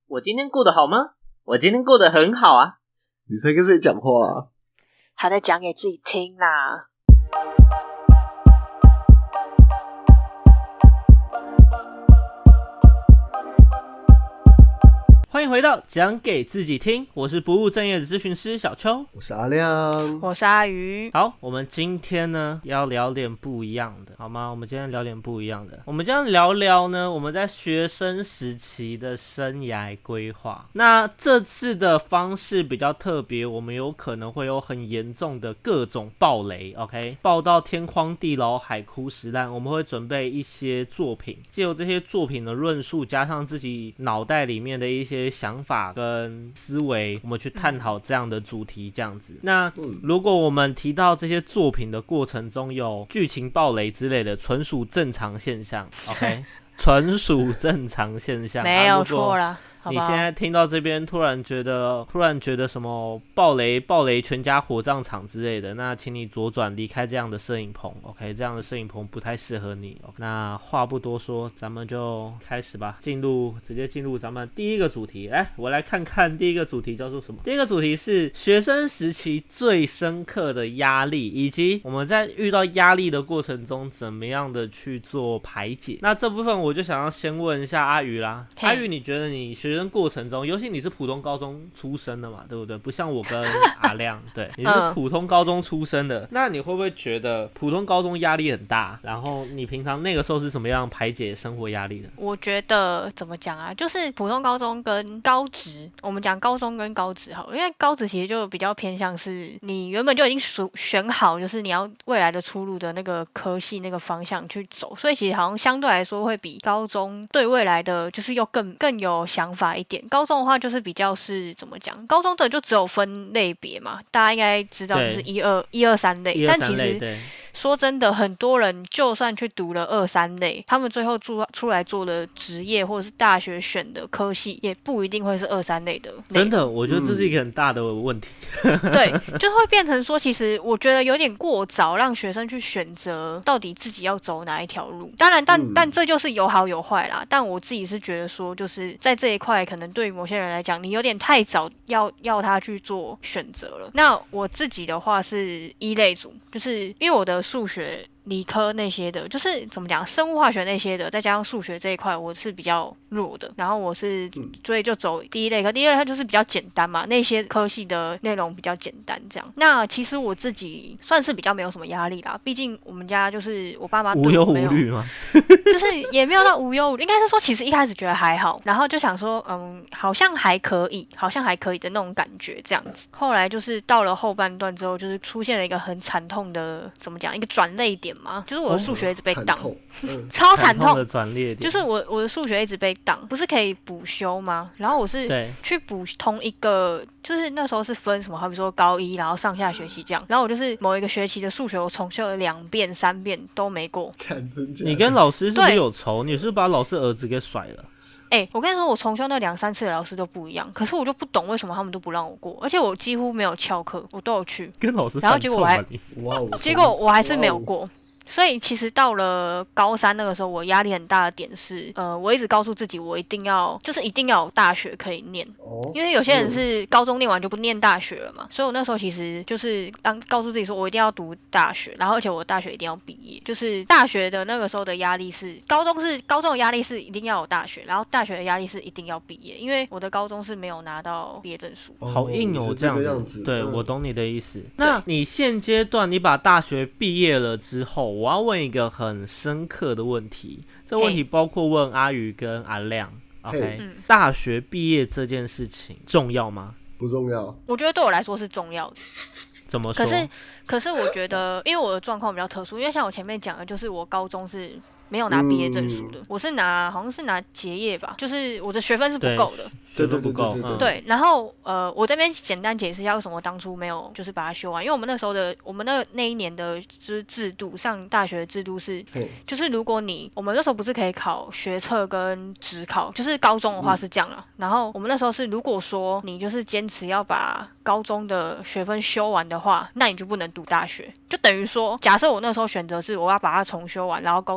我今天过得好吗？我今天过得很好啊。 你在跟谁讲话啊？ 还在讲给自己听啦。 欢迎回到讲给自己听，我是不务正业的咨询师小邱， 我是阿亮， 我是阿鱼。 好，我们今天呢要聊点不一样的，好吗？我们今天聊点不一样的，我们将聊聊呢我们在学生时期的生涯规划。那这次的方式比较特别，我们有可能会有很严重的各种爆雷 ，OK？ 爆到天荒地老、海枯石烂。我们会准备一些作品，藉由这些作品的论述，加上自己脑袋里面的一些想法跟思维，我们去探讨这样的主题，这样子。那如果我们提到这些作品的过程中有剧情爆雷之类的，纯属正常现象 ，OK？ 纯属正常现象， 没有错啦。 你现在听到这边突然觉得什么爆雷全家火葬场之类的，那请你左转离开这样的摄影棚 ，OK？ 这样的摄影棚不太适合你。那话不多说，咱们就开始吧，直接进入咱们第一个主题。来，我来看看第一个主题叫做什么。第一个主题是学生时期最深刻的压力，以及我们在遇到压力的过程中怎么样的去做排解。那这部分我就想要先问一下阿鱼啦。阿鱼，你觉得你学生过程中，尤其你是普通高中出身的嘛，对不对？不像我跟阿亮，对，你是普通高中出身的，那你会不会觉得普通高中压力很大？然后你平常那个时候是什么样排解生活压力的？ 我觉得怎么讲啊，就是普通高中跟高职，我们讲高中跟高职好了，因为高职其实就比较偏向是你原本就已经选好，就是你要未来的出路的那个科系那个方向去走，所以其实好像相对来说会比高中对未来的就是又更有想法一点。高中的话就是比较是怎么讲，高中的就只有分类别嘛，大家应该知道就是一二三类，但其实说真的，很多人就算去读了2、3类，他们最后出来做的职业或者是大学选的科系，也不一定会是2、3类的。 真的，我觉得这是一个很大的问题。 对，就会变成说，其实我觉得有点过早让学生去选择到底自己要走哪一条路。当然，但这就是有好有坏啦。但我自己是觉得说，就是在这一块，可能对于某些人来讲，你有点太早要他去做选择了。那我自己的话是一类组，就是因为我的数学理科那些的，就是怎么讲，生物化学那些的，再加上数学这一块我是比较弱的，然后我是所以就走第一类，可第一类它就是比较简单嘛，那些科系的内容比较简单这样。那其实我自己算是比较没有什么压力啦，毕竟我们家就是我爸妈对我没有无忧无虑吗？ 就是也没有到无忧无虑，应该是说其实一开始觉得还好，然后就想说好像还可以的那种感觉这样子。后来就是到了后半段之后，就是出现了一个很惨痛的怎么讲，一个转捩点嘛，就是我的数学一直被当，超惨痛的转捩点， 就是我的数学一直被当，不是可以补修吗？然后我是去补同一个，就是那时候是分什么，好比说高一，然后上下学期这样，然后我就是某一个学期的数学我重修了2遍3遍都没过。 你跟老师是不是有仇？你是不是把老师儿子给甩了？ 我跟你说，我重修那2、3次的老师都不一样，可是我就不懂为什么他们都不让我过，而且我几乎没有翘课，我都有去， 跟老师然后结果我还是没有过。所以其实到了高3那个时候，我压力很大的点是，我一直告诉自己，我一定要有大学可以念，因为有些人是高中念完就不念大学了嘛，所以我那时候其实就是告诉自己说，我一定要读大学，然后而且我大学一定要毕业，就是大学的那个时候的压力是，高中的压力是一定要有大学，然后大学的压力是一定要毕业，因为我的高中是没有拿到毕业证书。 好硬哦，这样子。对，我懂你的意思。那你现阶段你把大学毕业了之后，我要问一个很深刻的问题，这问题包括问阿宇跟阿亮。OK，大学毕业这件事情重要吗？ 不重要。 我觉得对我来说是重要的。 怎么说？ 可是我觉得，因为我的状况比较特殊，因为像我前面讲的，就是我高中是没有拿毕业证书的，我是好像是拿结业吧，就是我的学分是不够的， 学分不够。 对，然后我这边简单解释一下为什么当初没有就是把它修完，因为我们那时候的那一年的就是制度，上大学的制度是，就是如果我们那时候不是可以考学测跟指考，就是高中的话是这样啦，然后我们那时候是如果说你就是坚持要把高中的学分修完的话，那你就不能读大学，就等于说假设我那时候选择是我要把它重修完，然后高中拿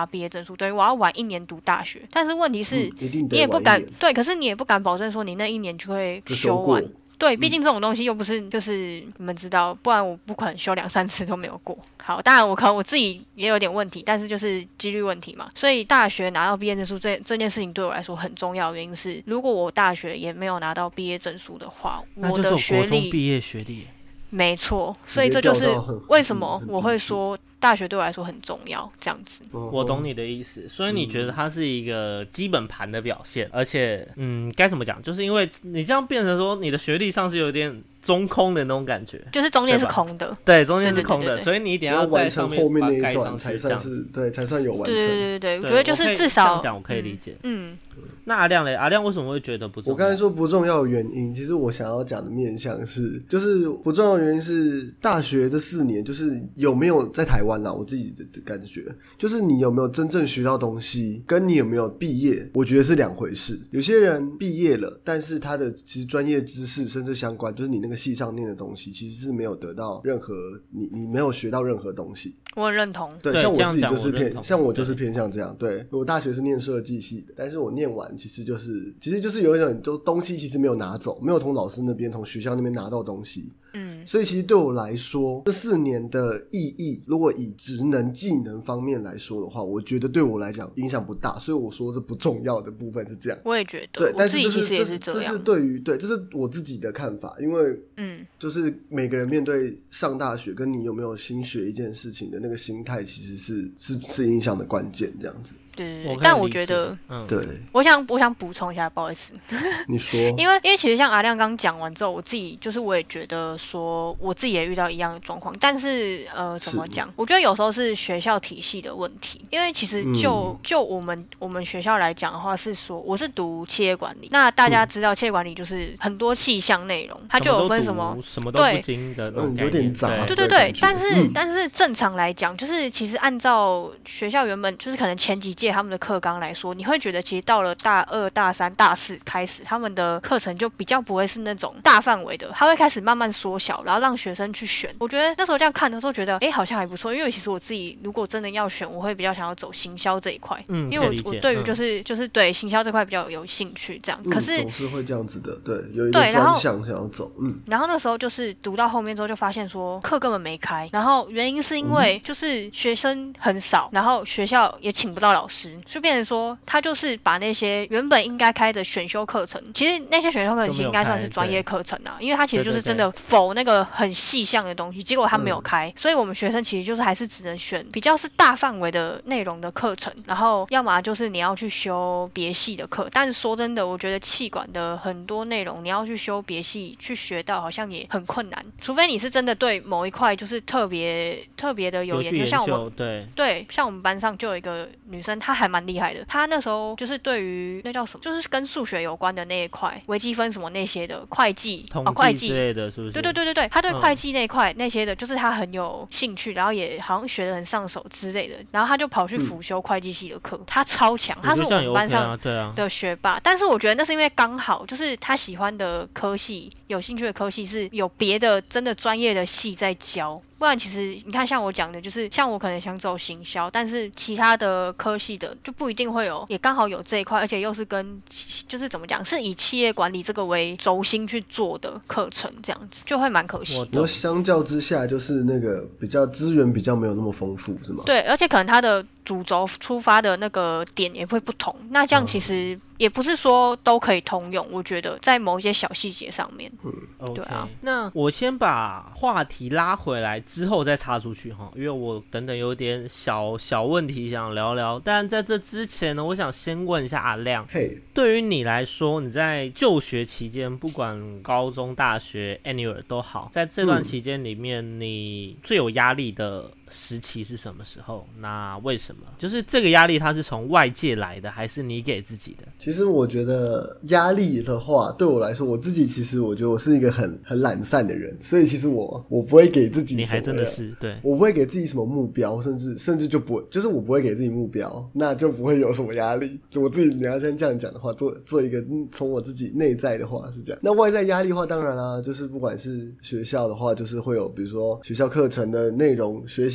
毕业证书，等于我要晚1年读大学。但是问题是， 你也不敢对，可是你也不敢保证说你那1年就会修完。对，毕竟这种东西又不是就是你们知道，不然我不可能修2-3次都没有过。好，当然可能我自己也有点问题，但是就是几率问题嘛。所以大学拿到毕业证书这件事情对我来说很重要的原因是，如果我大学也没有拿到毕业证书的话，我的学历，那就是国中毕业学历。 没错，所以这就是为什么我会说大学对我来说很重要，这样子。 我懂你的意思，所以你觉得它是一个基本盘的表现，而且该怎么讲，就是因为你这样变成说你的学历上是有点中空的那种感觉， 就是中间是空的， 对，中间是空的，所以你一定要在上面后面那一段才算是对，才算有完成。 对，我觉得就是至少这样讲我可以理解。那阿亮嘞，阿亮为什么会觉得不重要？ 我刚才说不重要的原因，其实我想要讲的面向是，就是不重要的原因是大学这4年，就是有没有在台湾啦，我自己的感觉，就是你有没有真正学到东西，跟你有没有毕业，我觉得是2回事。有些人毕业了，但是他的其实专业知识甚至相关，就是你那个系上念的东西，其实是没有得到任何，你没有学到任何东西。 我很认同。 对，像我自己就是像我就是偏向这样。对，我大学是念设计系的，但是我念完其实就是有一种就东西其实没有拿走，没有从老师那边从学校那边拿到东西。所以其实对我来说，这4年的意义，如果以职能技能方面来说的话，我觉得对我来讲影响不大，所以我说这不重要的部分是这样。 我也觉得， 对，但是这是对于这是我自己的看法，因为就是每个人面对上大学跟你有没有新学一件事情的那个心态，其实是影响的关键，这样子。 对，但我觉得， 对， 我想补充一下，不好意思， 你说， 因为其实像阿亮刚讲完之后，我自己就是我也觉得说，我自己也遇到一样的状况，但是怎么讲？我觉得有时候是学校体系的问题，因为其实就我们学校来讲的话，是说我是读企业管理，那大家知道企业管理就是很多细项内容，它就有分什么都不精的那种概念， 有点杂， 对，但是正常来讲，就是其实按照学校原本就是可能前几届他们的课纲来说，你会觉得其实到了大2、大3、大4开始，他们的课程就比较不会是那种大范围的，他会开始慢慢缩小，然后让学生去选。我觉得那时候这样看的时候觉得好像还不错，因为其实我自己如果真的要选，我会比较想要走行销这一块，因为我对于就是对行销这块比较有兴趣这样。可是总是会这样子的，对，有一个专项想要走。 然后那时候就是读到后面之后就发现说课根本没开，然后原因是因为就是学生很少，然后学校也请不到老师，就变成说他就是把那些原本应该开的选修课程，其实那些选修课程其实应该算是专业课程啊，因为他其实就是真的否那个很细项的东西，结果他没有开，所以我们学生其实就是还是只能选比较是大范围的内容的课程，然后要么就是你要去修别系的课，但是说真的，我觉得企管的很多内容你要去修别系去学到好像也很困难，除非你是真的对某一块就是特别的有研究，像我们对，像我们班上就有一个女生，她还蛮厉害的，她那时候就是对于那叫什么，就是跟数学有关的那一块，微积分什么那些的，会计、会计之类的，是不是？ 对，她对会计那一块那些的，就是她很有兴趣，然后也好像学得很上手之类的，然后她就跑去辅修会计系的课，她超强，她是我们班上的学霸。但是我觉得那是因为刚好就是她喜欢的科系、有兴趣的科系是有别的真的专业的系在教。不然其实你看像我讲的，就是像我可能想走行销，但是其他的科系的就不一定会有，也刚好有这一块，而且又是跟就是怎么讲，是以企业管理这个为轴心去做的课程，这样子就会蛮可惜。 我相较之下，就是那个比较资源比较没有那么丰富，是吗？ 对，而且可能它的主轴出发的那个点也会不同，那这样其实也不是说都可以通用，我觉得在某一些小细节上面。对啊。 那我先把话题拉回来之后再插出去哈，因为我等等有点小问题想聊聊，但在这之前呢，我想先问一下阿亮，对于你来说，你在就学期间，不管高中、大学 anywhere 都好，在这段期间里面，你最有压力的时期是什么时候？那为什么？就是这个压力它是从外界来的，还是你给自己的？ 其实我觉得压力的话，对我来说，我自己其实我觉得我是一个很懒散的人，所以其实我不会给自己什么， 你还真的是对， 我不会给自己什么目标，甚至就不会，就是我不会给自己目标，那就不会有什么压力。我自己你要先这样讲的话，做一个从我自己内在的话是这样。那外在压力的话，当然啦，就是不管是学校的话，就是会有比如说学校课程的内容学习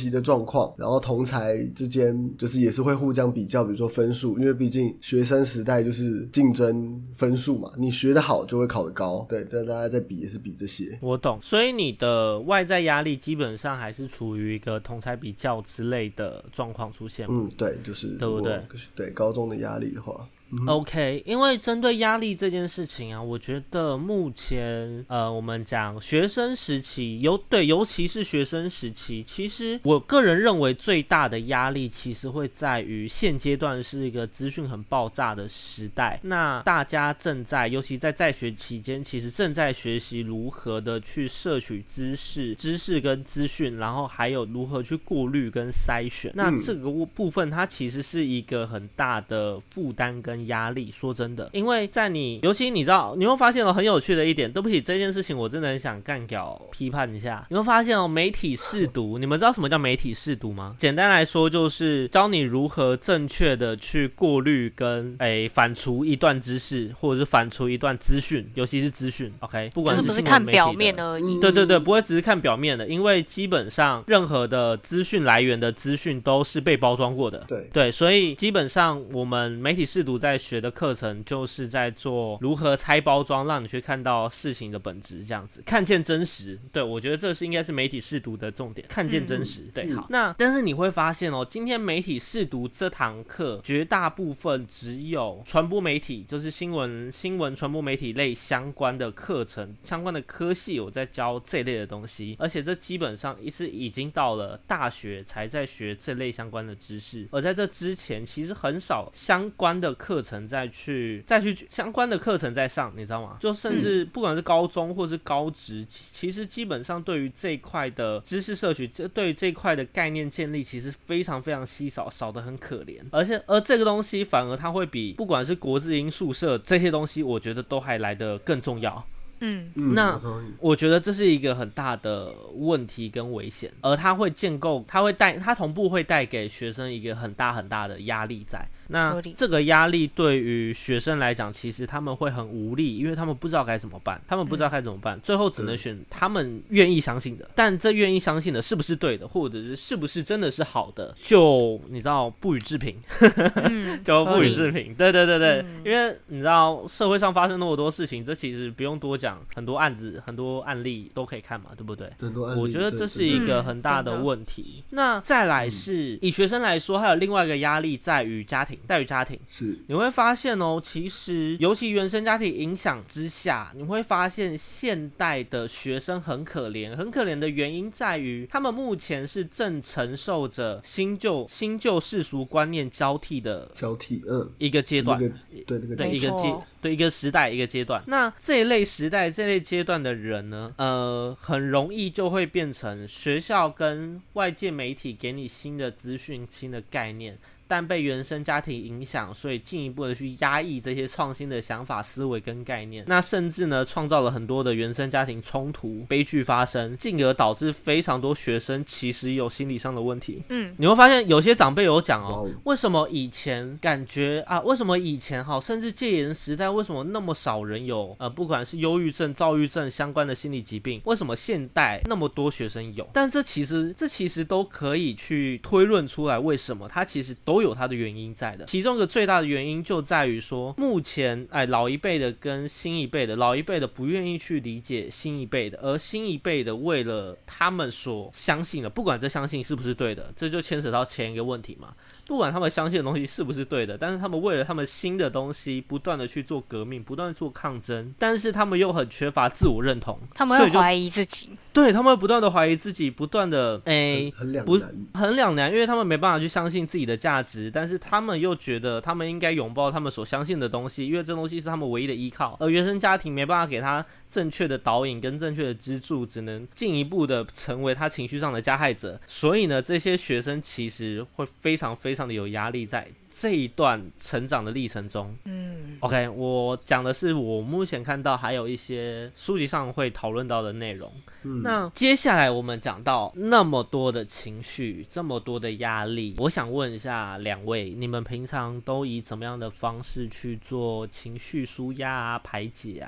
习的状况，然后同侪之间就是也是会互相比较，比如说分数，因为毕竟学生时代就是竞争分数嘛，你学得好就会考得高，对，大家在比也是比这些。 我懂，所以你的外在压力基本上还是处于一个同侪比较之类的状况出现吗？ 对，就是对不对？ 对，高中的压力的话。 OK， 因为针对压力这件事情啊，我觉得目前我们讲学生时期尤其是学生时期，其实我个人认为最大的压力其实会在于现阶段是一个资讯很爆炸的时代，那大家尤其在学期间，其实正在学习如何的去摄取知识跟资讯，然后还有如何去过滤跟筛选，那这个部分它其实是一个很大的负担跟压力，说真的，因为尤其你知道，你会发现很有趣的一点，对不起，这件事情我真的很想干掉批判一下。你会发现媒体识读，你们知道什么叫媒体识读吗？简单来说就是教你如何正确的去过滤跟反刍一段知识，或者是反刍一段资讯，尤其是资讯 ，OK， 不管是新闻媒体的， 不是看表面而已。 对，不会只是看表面的，因为基本上任何的资讯来源的资讯都是被包装过的。对，所以基本上我们媒体识读在学的课程就是在做如何拆包装，让你去看到事情的本质，这样子看见真实。对，我觉得这应该是媒体识读的重点，看见真实。对，好，但是你会发现今天媒体识读这堂课绝大部分只有传播媒体，就是新闻传播媒体类相关的课程，相关的科系有在教这类的东西，而且这基本上是已经到了大学才在学这类相关的知识，而在这之前其实很少相关的课程再去相关的课程在上，你知道吗？就甚至不管是高中或是高职，其实基本上对于这一块的知识摄取，对于这一块的概念建立其实非常非常稀少，少得很可怜。而这个东西反而它会比不管是国字英宿舍这些东西，我觉得都还来得更重要。那我觉得这是一个很大的问题跟危险，而它同步会带给学生一个很大很大的压力在。那这个压力对于学生来讲，其实他们会很无力，因为他们不知道该怎么办，最后只能选他们愿意相信的，但这愿意相信的是不是对的，或者是不是真的是好的，就你知道不予置评就不予置评。对，因为你知道社会上发生那么多事情，这其实不用多讲，很多案子很多案例都可以看嘛，对不对？我觉得这是一个很大的问题。那再来是以学生来说，还有另外一个压力在于家庭，是你会发现其实尤其原生家庭影响之下，你会发现现代的学生很可怜的原因在于他们目前是正承受着新旧世俗观念交替一个阶段，一个时代一个阶段。那这一类时代这类阶段的人呢，很容易就会变成学校跟外界媒体给你新的资讯、新的概念，但被原生家庭影响，所以进一步的去压抑这些创新的想法、思维跟概念，那甚至呢创造了很多的原生家庭冲突、悲剧发生，进而导致非常多学生其实有心理上的问题。你会发现有些长辈有讲为什么以前感觉为什么以前甚至戒严时代为什么那么少人有不管是忧郁症、躁郁症相关的心理疾病，为什么现代那么多学生有？但这其实都可以去推论出来，为什么它其实都有它的原因在的。其中一个最大的原因就在于说，目前老一辈的跟新一辈的，老一辈的不愿意去理解新一辈的，而新一辈的为了他们所相信的，不管这相信是不是对的，这就牵扯到前一个问题嘛。不管他们相信的东西是不是对的，但是他们为了他们新的东西不断的去做革命，不断的做抗争，但是他们又很缺乏自我认同， 他们会怀疑自己。 对，他们会不断的怀疑自己，不断的很两难，因为他们没办法去相信自己的价值，但是他们又觉得他们应该拥抱他们所相信的东西，因为这东西是他们唯一的依靠，而原生家庭没办法给他正确的导引跟正确的支柱，只能进一步的成为他情绪上的加害者。所以呢，这些学生其实会非常非常的有压力在这一段成长的历程中。OK， 我讲的是我目前看到还有一些书籍上会讨论到的内容。那接下来我们讲到那么多的情绪，这么多的压力，我想问一下两位，你们平常都以怎么样的方式去做情绪抒压排解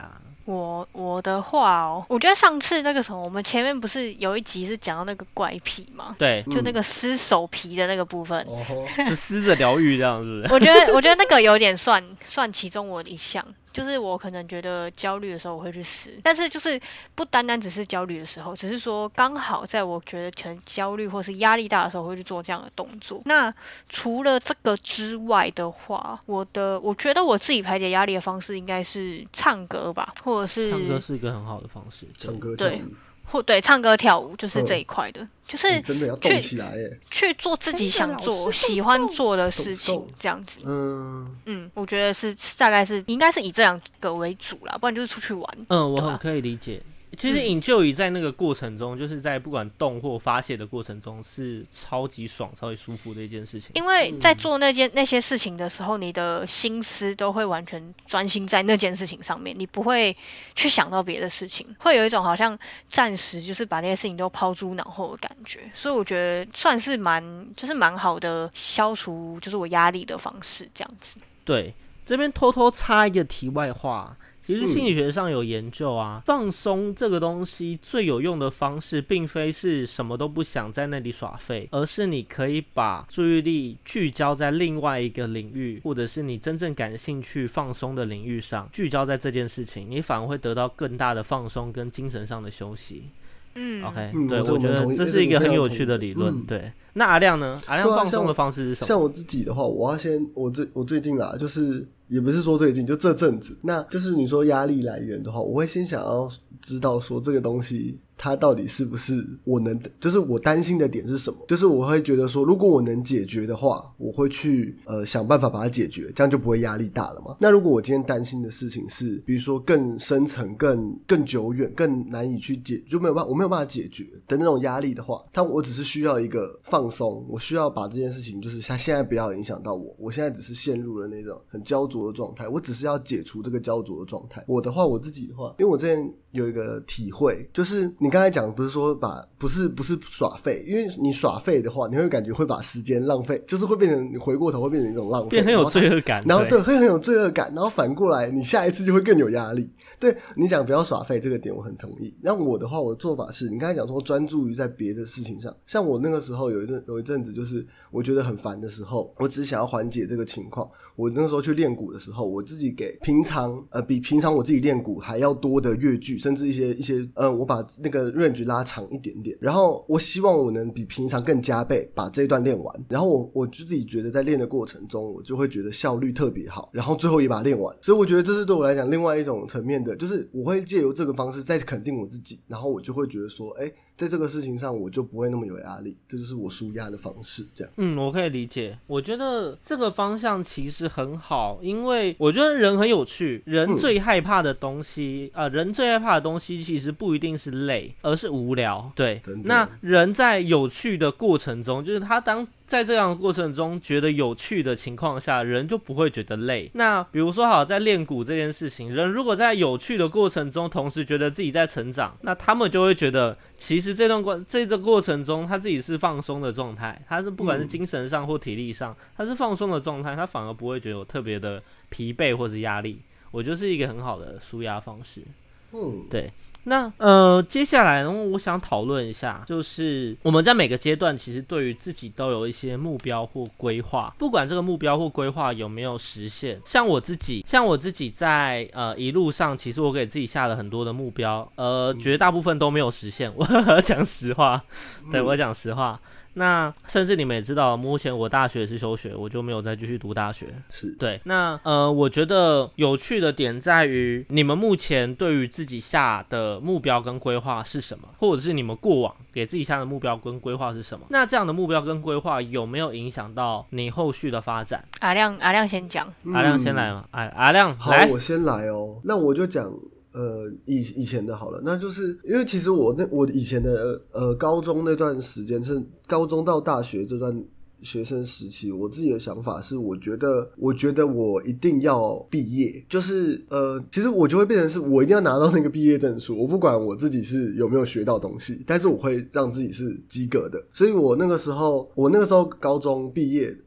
我的话我觉得上次那个什么，我们前面不是有一集是讲到那个怪癖吗？ 对， 就那个撕手皮的那个部分， 是撕着疗愈这样是不是？ 我觉得那个有点算其中我的一项。就是我可能觉得焦虑的时候我会去撕，但是就是不单单只是焦虑的时候，只是说刚好在我觉得可能焦虑或是压力大的时候我会去做这样的动作。那除了这个之外的话，我觉得我自己排解压力的方式应该是唱歌吧，或者是唱歌是一个很好的方式， 唱歌对。对，唱歌跳舞就是这一块的，就是真的要动起来耶， 去做自己想做、喜欢做的事情，这样子。我觉得大概是应该是以这两个为主啦，不然就是出去玩。 我很可以理解。其实enjoy在那个过程中，就是在不管动或发泄的过程中，是超级爽、超级舒服的一件事情。 因为在做那些事情的时候，你的心思都会完全专心在那件事情上面，你不会去想到别的事情，会有一种好像暂时就是把那些事情都抛诸脑后的感觉。所以我觉得算是蛮好的消除就是我压力的方式，这样子。 对，这边偷偷插一个题外话。其实心理学上有研究啊，放松这个东西最有用的方式并非是什么都不想在那里耍废，而是你可以把注意力聚焦在另外一个领域，或者是你真正感兴趣放松的领域上，聚焦在这件事情，你反而会得到更大的放松跟精神上的休息。OK， 对，我觉得这是一个很有趣的理论。对，那阿亮呢？阿亮放松的方式是什么？ 像我自己的话，我最近啦，就是也不是说最近，就这阵子，那就是你说压力来源的话，我会先想要知道说这个东西它到底是不是就是我担心的点是什么，就是我会觉得说如果我能解决的话，我会去想办法把它解决，这样就不会压力大了嘛。那如果我今天担心的事情是比如说更深层更久远更难以去就我没有办法解决的那种压力的话，我只是需要一个放松，我需要把这件事情就是它现在不要影响到我现在只是陷入了那种很焦灼的状态，我只是要解除这个焦灼的状态。我自己的话，因为我之前有一个体会，就是你刚才讲不是说不是耍废，因为你耍废的话，你会感觉会把时间浪费，就是会变成你回过头会变成一种浪费， 变很有罪恶感， 然后对会很有罪恶感，然后反过来你下一次就会更有压力。对，你讲不要耍废这个点我很同意。那我的话，我的做法是你刚才讲说专注于在别的事情上，像我那个时候有一阵子就是我觉得很烦的时候，我只是想要缓解这个情况，我那个时候去练鼓的时候，我自己给比平常我自己练鼓还要多的乐句，甚至一些我把那个 range 拉长一点点，然后我希望我能比平常更加倍把这一段练完，然后我就自己觉得在练的过程中我就会觉得效率特别好，然后最后也把它练完。所以我觉得这是对我来讲另外一种层面的，就是我会借由这个方式再肯定我自己，然后我就会觉得说在这个事情上我就不会那么有压力，这就是我抒压的方式这样。 我可以理解。我觉得这个方向其实很好，因为我觉得人很有趣，人最害怕的东西其实不一定是累，而是无聊。对，那人在有趣的过程中，就是他在这样的过程中觉得有趣的情况下，人就不会觉得累。那比如说在练鼓这件事情，人如果在有趣的过程中同时觉得自己在成长，那他们就会觉得其实这个过程中他自己是放松的状态，他是不管是精神上或体力上，他是放松的状态，他反而不会觉得有特别的疲惫或是压力。我觉得是一个很好的抒压方式。对。那接下来我想讨论一下，就是我们在每个阶段其实对于自己都有一些目标或规划，不管这个目标或规划有没有实现。像我自己在一路上，其实我给自己下了很多的目标，绝大部分都没有实现。我讲实话，对，我讲实话。那甚至你们也知道，目前我大学是休学，我就没有再继续读大学。 是对。那我觉得有趣的点在于，你们目前对于自己下的目标跟规划是什么，或者是你们过往给自己下的目标跟规划是什么？那这样的目标跟规划有没有影响到你后续的发展？ 阿亮先讲。 阿亮先来吗？阿亮好，我先来哦。那我就讲以前的好了，那就是因为其实我以前的高中那段时间是高中到大学这段学生时期，我自己的想法是我觉得我一定要毕业，就是其实我就会变成是我一定要拿到那个毕业证书，我不管我自己是有没有学到东西，但是我会让自己是及格的。所以我那个时候高中毕业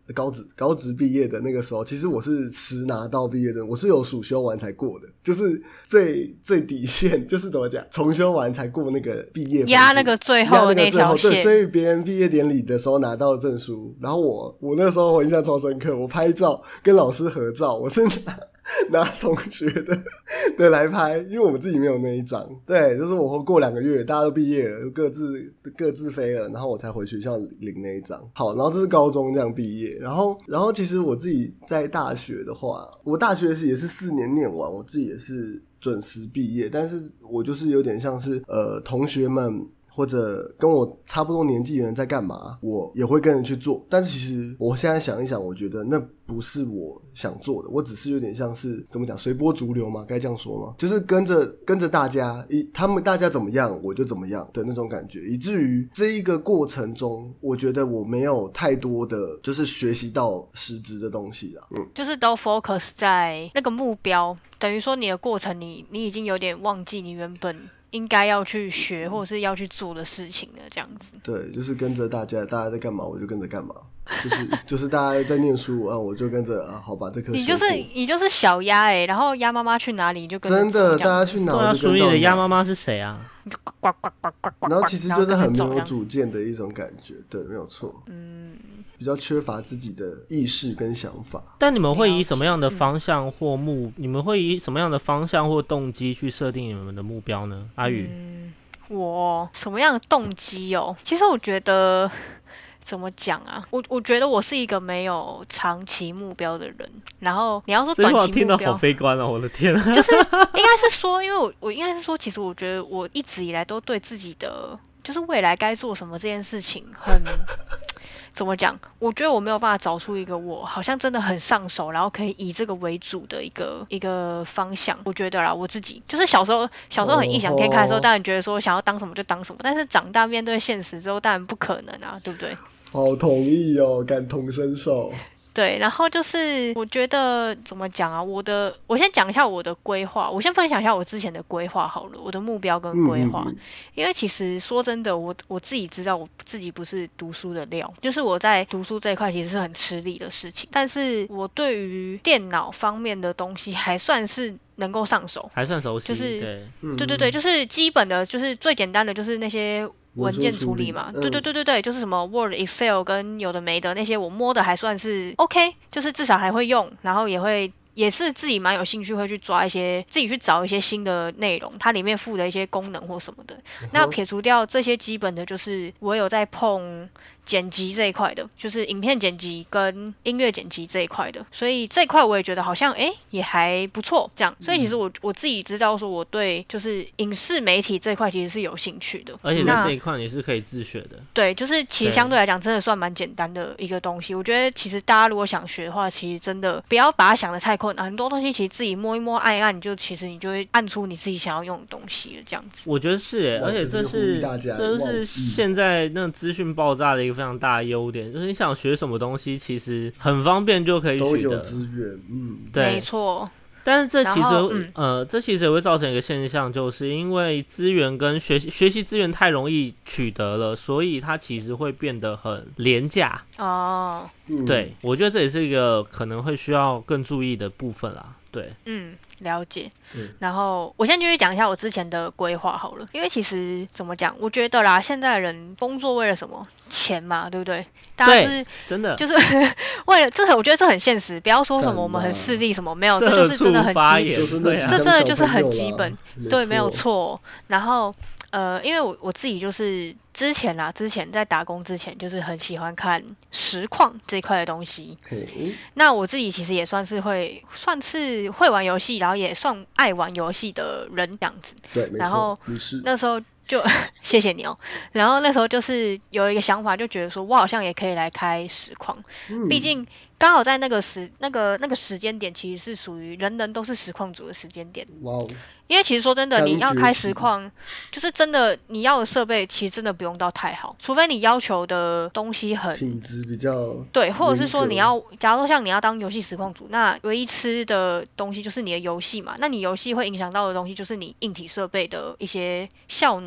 高职毕业的那个时候，其实我是迟拿到毕业证，我是有暑修完才过的，就是最底线，就是怎么讲，重修完才过那个毕业分数， 压那个最后的那条线。 对，所以别人毕业典礼的时候拿到证书，然后我那时候我印象超深刻，我拍照跟老师合照，我是拿同学的来拍，因为我们自己没有那一张。对，就是我过2个月，大家都毕业了，各自飞了，然后我才回学校领那一张。好，然后这是高中这样毕业，然后其实我自己在大学的话，我大学也是4年念完，我自己也是准时毕业，但是我就是有点像是同学们或者跟我差不多年纪的人在干嘛，我也会跟着去做。但是其实我现在想一想，我觉得那不是我想做的，我只是有点像是怎么讲，随波逐流嘛，该这样说吗？就是跟着大家，大家怎么样我就怎么样的那种感觉，以至于这一个过程中，我觉得我没有太多的就是学习到实质的东西啦。 就是都 focus 在那个目标，等于说你的过程你已经有点忘记你原本应该要去学或者是要去做的事情了，这样子。 对，就是跟着大家在干嘛我就跟着干嘛，就是大家在念书啊，我就跟着啊，好吧，这科你就是小鸭然后鸭妈妈去哪里你就跟着真的，大家去哪我就跟到哪。 所以你的鸭妈妈是谁啊？ 呱呱呱呱呱， 然后其实就是很没有主见的一种感觉，对，没有错。比较缺乏自己的意识跟想法。 但你们会以什么样的方向或你们会以什么样的方向或动机去设定你们的目标呢？阿宇， 我什么样的动机哦？其实我觉得怎么讲啊？我觉得我是一个没有长期目标的人。然后你要说短期目标， 这话听得好悲观哦，我的天啊！ 就是应该是说，因为我应该是说，其实我觉得我一直以来都对自己的就是未来该做什么这件事情很怎么讲？我觉得我没有办法找出一个我好像真的很上手，然后可以以这个为主的一个方向。我觉得啦，我自己就是小时候很异想天开的时候，当然觉得说想要当什么就当什么，但是长大面对现实之后，当然不可能啊，对不对？ 好同意哦，感同身受。 对，然后就是我觉得怎么讲啊？我先讲一下我的规划，我先分享一下我之前的规划好了，我的目标跟规划。因为其实说真的，我自己知道我自己不是读书的料，就是我在读书这一块其实是很吃力的事情，但是我对于电脑方面的东西还算是能够上手， 还算熟悉， 就是对，就是基本的，就是最简单的就是那些文件处理嘛，对，就是什么 Word、Excel 跟有的没的那些，我摸的还算是 OK， 就是至少还会用，然后也是自己蛮有兴趣会去抓自己去找一些新的内容，它里面附的一些功能或什么的。那撇除掉这些基本的，就是我有在碰剪辑这一块的，就是影片剪辑跟音乐剪辑这一块的，所以这一块我也觉得好像也还不错这样。所以其实我自己知道说我对就是影视媒体这一块其实是有兴趣的， 而且在这一块你是可以自学的。 对，就是其实相对来讲真的算蛮简单的一个东西。我觉得其实大家如果想学的话，其实真的不要把它想得太困难，很多东西其实自己摸一摸按一按，其实你就会按出你自己想要用的东西了这样子。 我觉得是而且这是现在那资讯爆炸的一个非常大的优点，就是你想学什么东西其实很方便就可以取得，都有资源， 对，没错。 但是这其实这其实也会造成一个现象，就是因为资源跟学习资源太容易取得了，所以它其实会变得很廉价。对，我觉得这也是一个可能会需要更注意的部分啦。对， 了解。然后我先继续讲一下我之前的规划好了，因为其实怎么讲，我觉得啦，现在人工作为了什么？钱嘛，对不对？大家是真的就是为了我觉得这很现实，不要说什么我们很势利什么，没有，这就是真的很基本，这真的就是很基本，对，没有错。然后因为我自己就是之前在打工之前就是很喜欢看实况这一块的东西。那我自己其实也算是会玩游戏，然后也算爱玩游戏的人这样子。 对，没错。 然后那时候就谢谢你哦。然后那时候就是有一个想法，就觉得说我好像也可以来开实况，毕竟刚好在那个时间点，其实是属于人人都是实况组的时间点。 哇哦！ 因为其实说真的，你要开实况，就是真的你要的设备其实真的不用到太好，除非你要求的东西很品质比较对，或者是说假如说像你要当游戏实况组，那唯一吃的东西就是你的游戏嘛，那你游戏会影响到的东西就是你硬体设备的一些效能。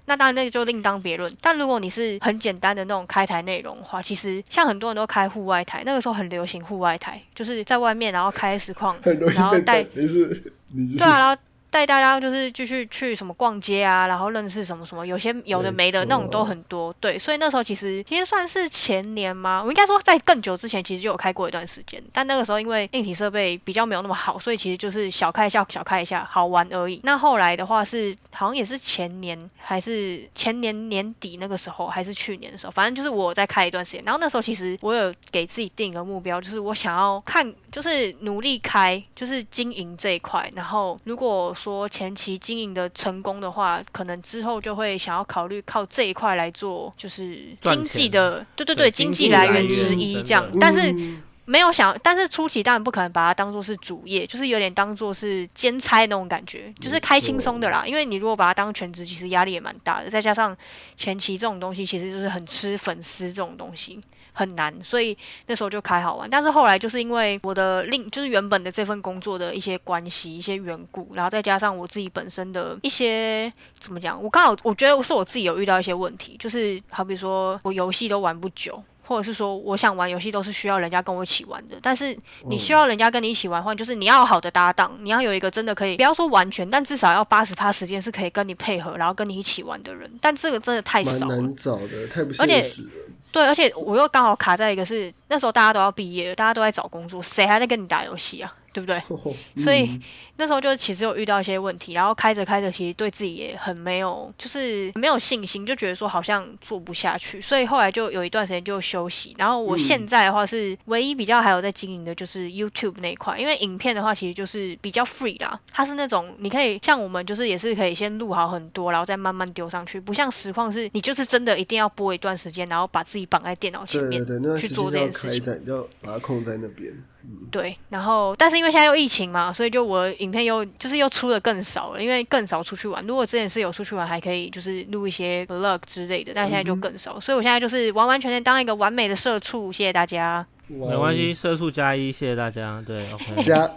那当然那个就另当别论。但如果你是很简单的那种开台内容的话，其实像很多人都开户外台，那个时候很流行户外台，就是在外面然后开实况，然后带你是对啊，然后带大家就是继续去什么逛街啊，然后认识什么什么，有的没的那种都很多。对，所以那时候其实算是前年吗？我应该说在更久之前其实就有开过一段时间，但那个时候因为硬体设备比较没有那么好，所以其实就是小开一下好玩而已。那后来的话是好像也是前年还是前年年底那个时候，还是去年的时候，反正就是我在开一段时间。然后那时候其实我有给自己定一个目标，就是我想要就是努力开，就是经营这一块。然后如果说前期经营的成功的话，可能之后就会想要考虑靠这一块来做，就是经济的，对，经济来源之一这样。但是没有想，但是初期当然不可能把它当做是主业，就是有点当做是兼差那种感觉，就是开轻松的啦。因为你如果把它当全职，其实压力也蛮大的，再加上前期这种东西其实就是很吃粉丝这种东西。很难，所以那时候就开好玩。但是后来就是因为我的就是原本的这份工作的一些关系、一些缘故，然后再加上我自己本身的一些怎么讲，我觉得是我自己有遇到一些问题，就是好比说我游戏都玩不久。或者是说我想玩游戏都是需要人家跟我一起玩的，但是你需要人家跟你一起玩的话，就是你要有好的搭档，你要有一个真的可以不要说完全，但至少要80%时间是可以跟你配合，然后跟你一起玩的人，但这个真的太少了， 蛮难找的，太不现实了。 对，而且我又刚好卡在一个是那时候大家都要毕业了，大家都在找工作，谁还在跟你打游戏啊？对不对？所以那时候就其实有遇到一些问题，然后开着其实对自己也很没有，就是没有信心，就觉得说好像做不下去，所以后来就有一段时间就休息。然后我现在的话是唯一比较还有在经营的就是 YouTube 那一块，因为影片的话其实就是比较 free 啦，它是那种你可以像我们就是也是可以先录好很多，然后再慢慢丢上去，不像实况是你就是真的一定要播一段时间，然后把自己绑在电脑前面去做这件事情， 要把它控在那边。 对，然后但是因为现在又疫情嘛，所以就我影片又出的更少了，因为更少出去玩。如果之前是有出去玩，还可以就是录一些 vlog 之类的，但现在就更少，所以我现在就是完完全全当一个完美的社畜，谢谢大家。 没关系，社畜+1，谢谢大家。对 ，OK。 +2+3+++。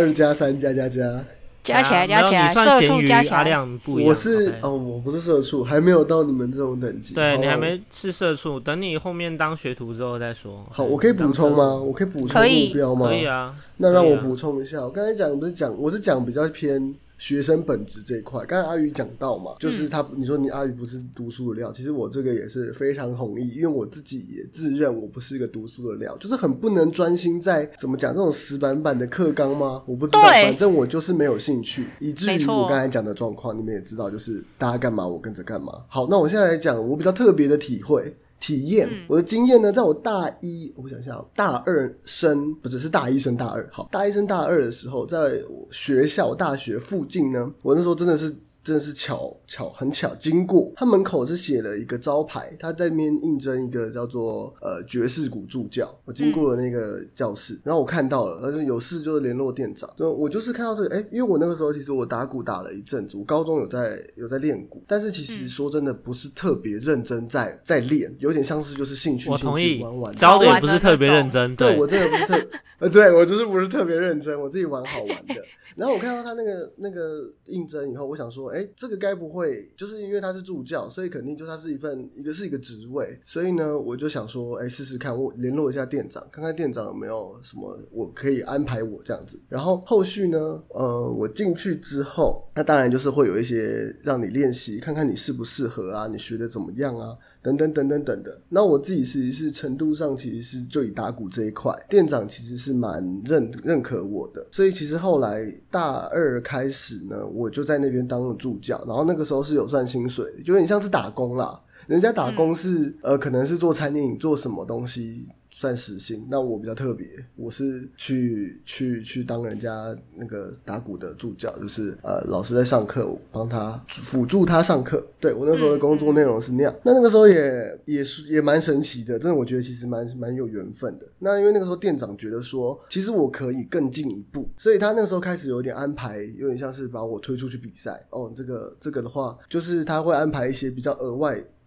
加起来，社畜加起来。 阿亮不一样。 我不是社畜，还没有到你们这种等级。 对，你还没是社畜，等你后面当学徒之后再说。 好，我可以补充吗？我可以补充目标吗？ 可以啊。 那让我补充一下，我刚才我是讲比较偏学生本质这一块，刚才阿宇讲到嘛，就是你说阿宇不是读书的料，其实我这个也是非常同意，因为我自己也自认我不是一个读书的料，就是很不能专心在怎么讲这种死板板的课纲吗？我不知道，反正我就是没有兴趣，以至于我刚才讲的状况，你们也知道，就是大家干嘛我跟着干嘛。好，那我现在来讲我比较特别的体验，我的经验呢，在我我想想，大二升不只是大一升大二，好，大一升大二的时候，在学校大学附近呢，我那时候真的是很巧经过，他门口是写了一个招牌，他在那边应征一个叫做爵士鼓助教，我经过了那个教室，然后我看到了，他就有事就是联络店长，我就是看到这个，因为我那个时候其实我打鼓打了一阵子，我高中有在练鼓，但是其实说真的不是特别认真在练，有点像是就是兴趣玩玩， 教的也不是特别认真， 对我真的不是对我就是不是特别认真，我自己玩好玩的。然后我看到他那个应征以后，我想说，这个该不会就是因为他是助教，所以肯定就他是一个职位，所以呢，我就想说，试试看，我联络一下店长，看看店长有没有什么我可以安排我这样子。然后后续呢，我进去之后，那当然就是会有一些让你练习，看看你适不适合啊，你学的怎么样啊，等等的。那我自己其实是程度上其实是就以打鼓这一块，店长其实是蛮认可我的，所以其实后来大二开始呢，我就在那边当了助教，然后那个时候是有算薪水，就有点像是打工啦。人家打工是可能是做餐饮做什么东西算时薪，那我比较特别，我是去当人家那个打鼓的助教，就是老师在上课，我帮他辅助他上课。对，我那时候的工作内容是那样。那个时候也蛮神奇的，真的我觉得其实蛮有缘分的。那因为那个时候店长觉得说，其实我可以更进一步，所以他那个时候开始有点安排，有点像是把我推出去比赛。这个的话，就是他会安排一些比较额外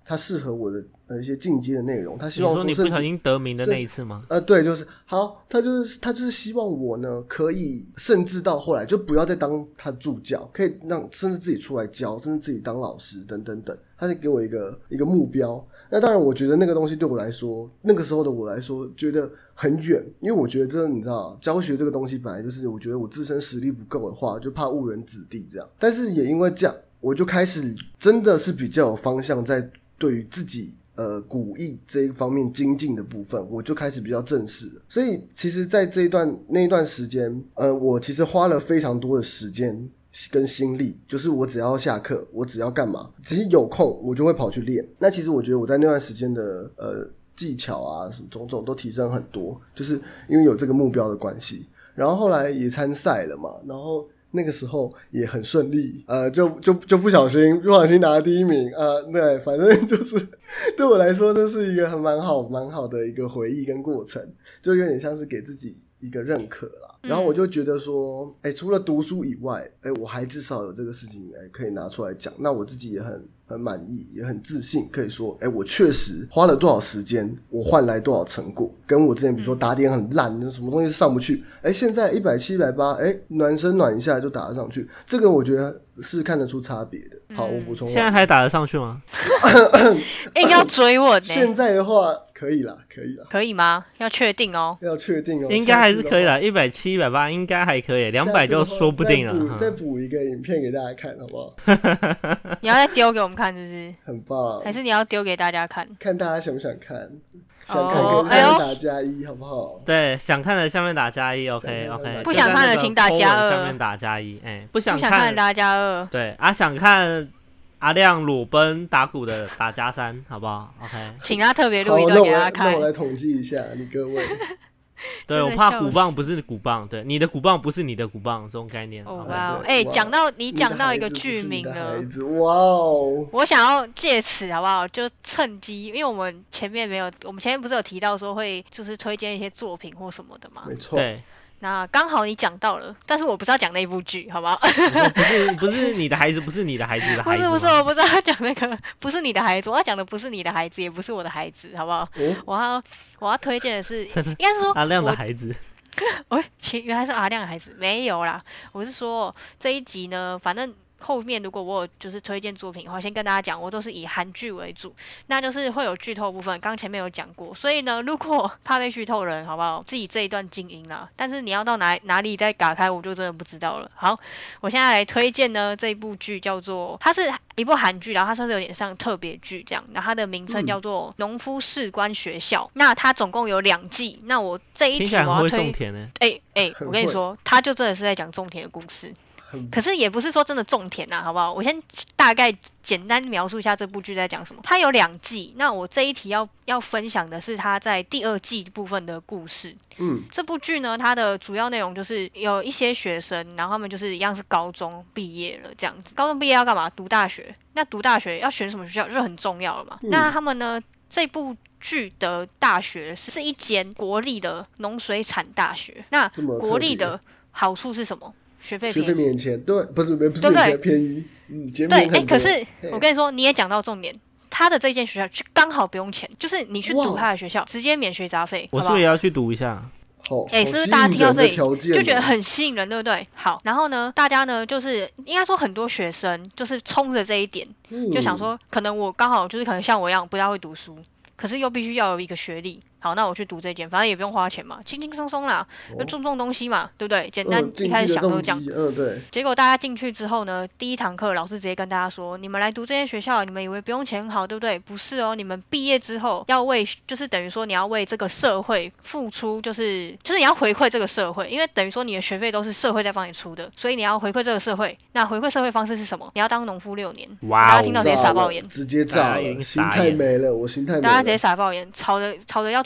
它适合我的一些进阶的内容，他希望说你不小心得名的那一次吗？ 对，就是好，他就是希望我呢可以甚至到后来就不要再当他助教，可以让甚至自己出来教，甚至自己当老师等等等，他就给我一个目标。那当然我觉得那个东西对我来说，那个时候的我来说觉得很远，因为我觉得你知道教学这个东西本来就是我觉得我自身实力不够的话就怕误人子弟这样，但是也因为这样我就开始真的是比较有方向在对于自己古艺这一方面精进的部分，我就开始比较正视了。所以其实在那一段时间我其实花了非常多的时间跟心力，就是我只要下课我只要干嘛，只是有空我就会跑去练。那其实我觉得我在那段时间的技巧啊什么种种都提升很多，就是因为有这个目标的关系。然后后来也参赛了嘛，然后那个时候也很顺利，就不小心拿了第一名，对，反正就是对我来说这是一个蛮好的一个回忆跟过程，就有点像是给自己一个认可啦。然后我就觉得说除了读书以外我还至少有这个事情可以拿出来讲，那我自己也很满意，也很自信，可以说我确实花了多少时间，我换来多少成果，跟我之前比如说打点很烂，什么东西上不去，现在170、180，暖身暖一下就打得上去，这个我觉得是看得出差别的。好，我补充完。 现在还打得上去吗？ 要追问现在的话可以啦。 可以吗？要确定哦。 要确定哦。 应该还是可以啦，170、180应该还可以，200就说不定了。 再补一个影片给大家看好不好？ 你要再丢给我们看是不是？ 很棒。 还是你要丢给大家看？ 看大家想不想看？想看可以下面打加1好不好？ 对，想看的下面打加1 OK。 不想看的请打加2。 下面打加1，不想看打加2。 对想看阿亮裸奔打鼓的打加3，好不好 ？OK。 请他特别录一段给他看。 那我来统计一下，你各位。 对，我怕鼓棒不是鼓棒，对，你的鼓棒不是你的鼓棒，这种概念。 哇，讲到一个剧名了， 哇哦！ 我想要借此好不好，就趁机，因为我们前面不是有提到说会就是推荐一些作品或什么的吗？ 没错。 对。 那刚好你讲到了，但是我不是要讲那部剧，好不好？ 不是你的孩子，不是你的孩子的孩子。 不是，我不是要讲那个，不是你的孩子，我要讲的不是你的孩子，也不是我的孩子，好不好？我要推荐的是，应该是说阿亮的孩子。 原来是阿亮的孩子，没有啦，我是说这一集呢，反正。后面如果我有就是推荐作品的话，先跟大家讲，我都是以韩剧为主，那就是会有剧透部分，刚前面有讲过，所以呢，如果怕被剧透人，好不好？自己这一段静音啦，但是你要到哪里再打开，我就真的不知道了。好，我现在来推荐呢这一部剧叫做，它是一部韩剧，然后它算是有点像特别剧这样，然后它的名称叫做《农夫士官学校》，那它总共有2季，那我这一集我要推，我跟你说，它就真的是在讲种田的故事。可是也不是说真的种田好不好？我先大概简单描述一下这部剧在讲什么。它有2季，那我这一题要分享的是它在第2季部分的故事。这部剧呢，它的主要内容就是有一些学生，然后他们就是一样是高中毕业了这样子。高中毕业要干嘛？读大学。那读大学要选什么学校就很重要了嘛。那他们呢，这部剧的大学是一间国立的农水产大学。那国立的好处是什么？学费免钱，对，不是免钱，便宜，节目很多。 可是我跟你说，你也讲到重点，他的这间学校刚好不用钱，就是你去读他的学校，直接免学杂费。 我是不是也要去读一下？ 是不是大家听到这里就觉得很吸引人，对不对？好，然后呢，大家呢就是应该说很多学生就是冲着这一点，就想说，可能我刚好就是可能像我一样不太会读书，可是又必须要有一个学历。好，那我去读这间，反正也不用花钱嘛，轻轻松松啦，就种东西嘛，对不对？简单，一开始想都是这样。 对。 结果大家进去之后呢，第一堂课老师直接跟大家说，你们来读这间学校，你们以为不用钱很好，对不对？不是哦，你们毕业之后要就是等于说你要为这个社会付出，就是你要回馈这个社会，因为等于说你的学费都是社会在帮你出的，所以你要回馈这个社会。那回馈社会方式是什么？你要当农夫6年。大家听到直接傻爆眼， 直接炸了，心态没了，我心态没了。 大家直接傻爆眼，吵着要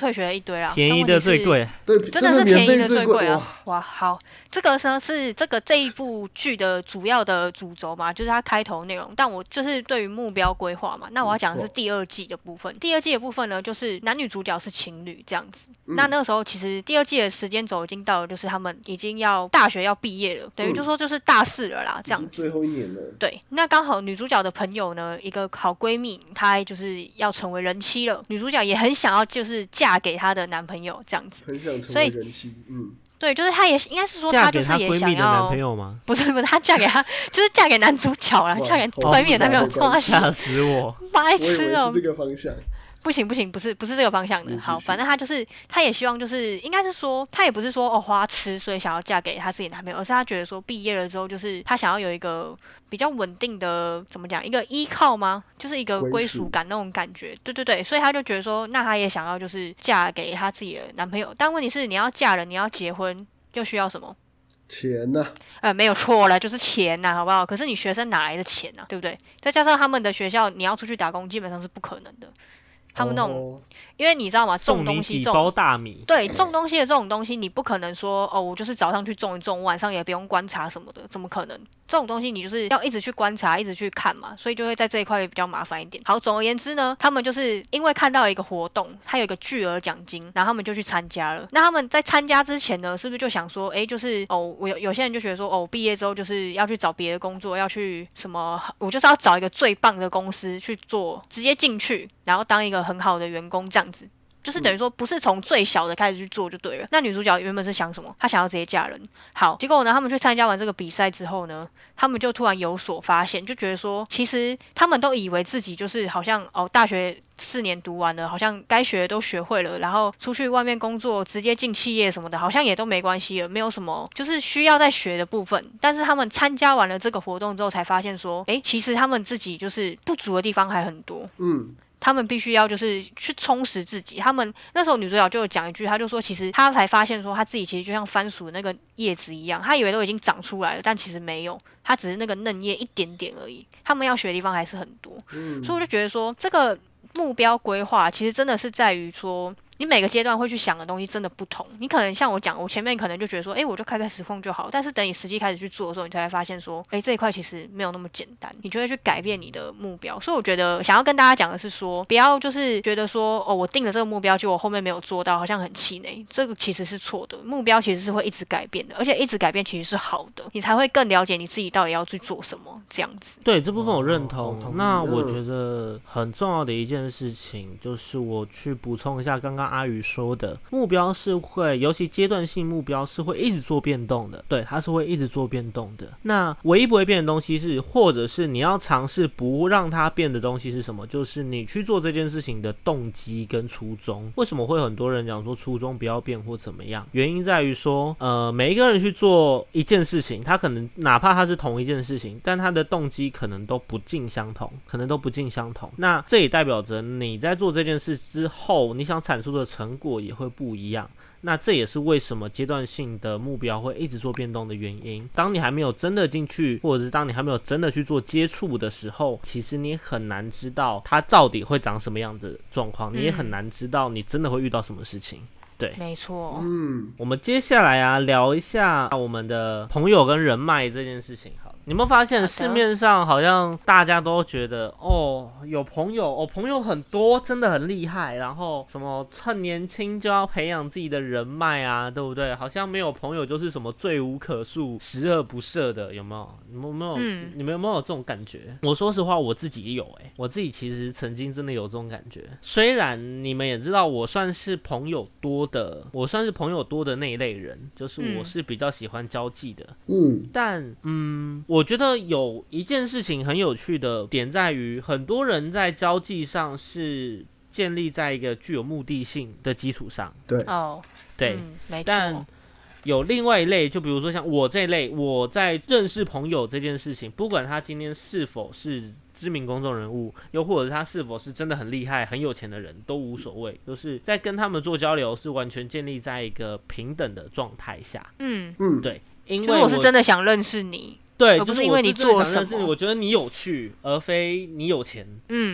退学了一堆啦， 便宜的最贵， 对， 真的是便宜的最贵啊！ 哇，好，这个呢是这一部剧的主要的主轴嘛，就是它开头内容。但我就是对于目标规划嘛，那我要讲的是第二季的部分。第二季的部分呢，就是男女主角是情侣这样子。那个时候其实第二季的时间轴已经到了，就是他们已经要大学要毕业了，等于就说就是大四了啦，这样子。 最后一年了。 对，那刚好女主角的朋友呢，一个好闺蜜，她就是要成为人妻了。女主角也很想要就是嫁给她的男朋友这样子， 很想成为人妻， 对，就是她也应该是说她就是也想要。 嫁给她闺蜜的男朋友吗？ 不是，她嫁给她就是嫁给男主角啦，嫁给闺蜜的男朋友。哇， 吓死我！ 白痴哦。 我以为是这个方向。 不行，不是这个方向的。好，反正她也希望就是应该是说，她也不是说花痴，所以想要嫁给她自己男朋友，而是她觉得说毕业了之后，就是她想要有一个比较稳定的怎么讲，一个依靠吗？就是一个归属感那种感觉。对，所以她就觉得说，那她也想要就是嫁给她自己的男朋友。但问题是，你要嫁人，你要结婚，又需要什么？ 钱呐。 没有错了，就是钱呐，好不好？可是你学生哪来的钱啊？对不对？再加上他们的学校，你要出去打工，基本上是不可能的。他们那种，因为你知道吗？种东西， 送你几包大米。 对，种东西的这种东西，你不可能说我就是早上去种一种，晚上也不用观察什么的，怎么可能？这种东西你就是要一直去观察，一直去看嘛，所以就会在这一块比较麻烦一点。好，总而言之呢，他们就是因为看到了一个活动，它有一个巨额奖金，然后他们就去参加了。那他们在参加之前呢，是不是就想说，就是我有些人就觉得说，我毕业之后就是要去找别的工作，要去什么，我就是要找一个最棒的公司去做，直接进去，然后当一个很好的员工这样子。就是等于说不是从最小的开始去做就对了。那女主角原本是想什么？她想要直接嫁人。好，结果呢，他们去参加完这个比赛之后呢，他们就突然有所发现，就觉得说，其实他们都以为自己就是好像大学4年读完了，好像该学的都学会了，然后出去外面工作，直接进企业什么的，好像也都没关系了，没有什么就是需要再学的部分。但是他们参加完了这个活动之后，才发现说，其实他们自己就是不足的地方还很多。他们必须要就是去充实自己。他们那时候女主角就有讲一句，她就说其实她才发现说她自己其实就像番薯那个叶子一样，她以为都已经长出来了，但其实没有，她只是那个嫩叶一点点而已。他们要学的地方还是很多。所以我就觉得说这个目标规划其实真的是在于说你每个阶段会去想的东西真的不同。你可能像我讲，我前面可能就觉得说我就开实况就好，但是等你实际开始去做的时候，你才会发现说这一块其实没有那么简单，你就会去改变你的目标。所以我觉得想要跟大家讲的是说，不要就是觉得说我定了这个目标，结果我后面没有做到，好像很气馁，这个其实是错的。目标其实是会一直改变的，而且一直改变其实是好的，你才会更了解你自己到底要去做什么这样子。 对，这部分我认同。那我觉得很重要的一件事情就是我去补充一下刚刚阿宇说的，目标是会，尤其阶段性目标是会一直做变动的。对，它是会一直做变动的。那唯一不会变的东西是，或者是你要尝试不让它变的东西是什么？就是你去做这件事情的动机跟初衷。为什么会很多人讲说初衷不要变或怎么样？原因在于说每一个人去做一件事情，他可能哪怕他是同一件事情，但他的动机可能都不尽相同。那这也代表着你在做这件事之后，你想产出的成果也会不一样。那这也是为什么阶段性的目标会一直做变动的原因。当你还没有真的进去，或者是当你还没有真的去做接触的时候，其实你很难知道它到底会长什么样子的状况，你也很难知道你真的会遇到什么事情。对， 没错。 我们接下来聊一下我们的朋友跟人脉这件事情。好，你有没有发现市面上好像大家都觉得有朋友朋友很多，真的很厉害，然后什么趁年轻就要培养自己的人脉啊，对不对？好像没有朋友就是什么罪无可恕、十恶不赦的，有没有？你们有没有这种感觉？我说实话，我自己也有我自己其实曾经真的有这种感觉。虽然你们也知道我算是朋友多的那一类人，就是我是比较喜欢交际的。但我觉得有一件事情很有趣的点在于，很多人在交际上是建立在一个具有目的性的基础上。 对。 对。 没错。 但有另外一类，就比如说像我这一类，我在认识朋友这件事情，不管他今天是否是知名公众人物，又或者他是否是真的很厉害很有钱的人，都无所谓，就是在跟他们做交流是完全建立在一个平等的状态下。对，因为我是真的想认识你， 对， 而不是因为你做什么， 我觉得你有趣，而非你有钱。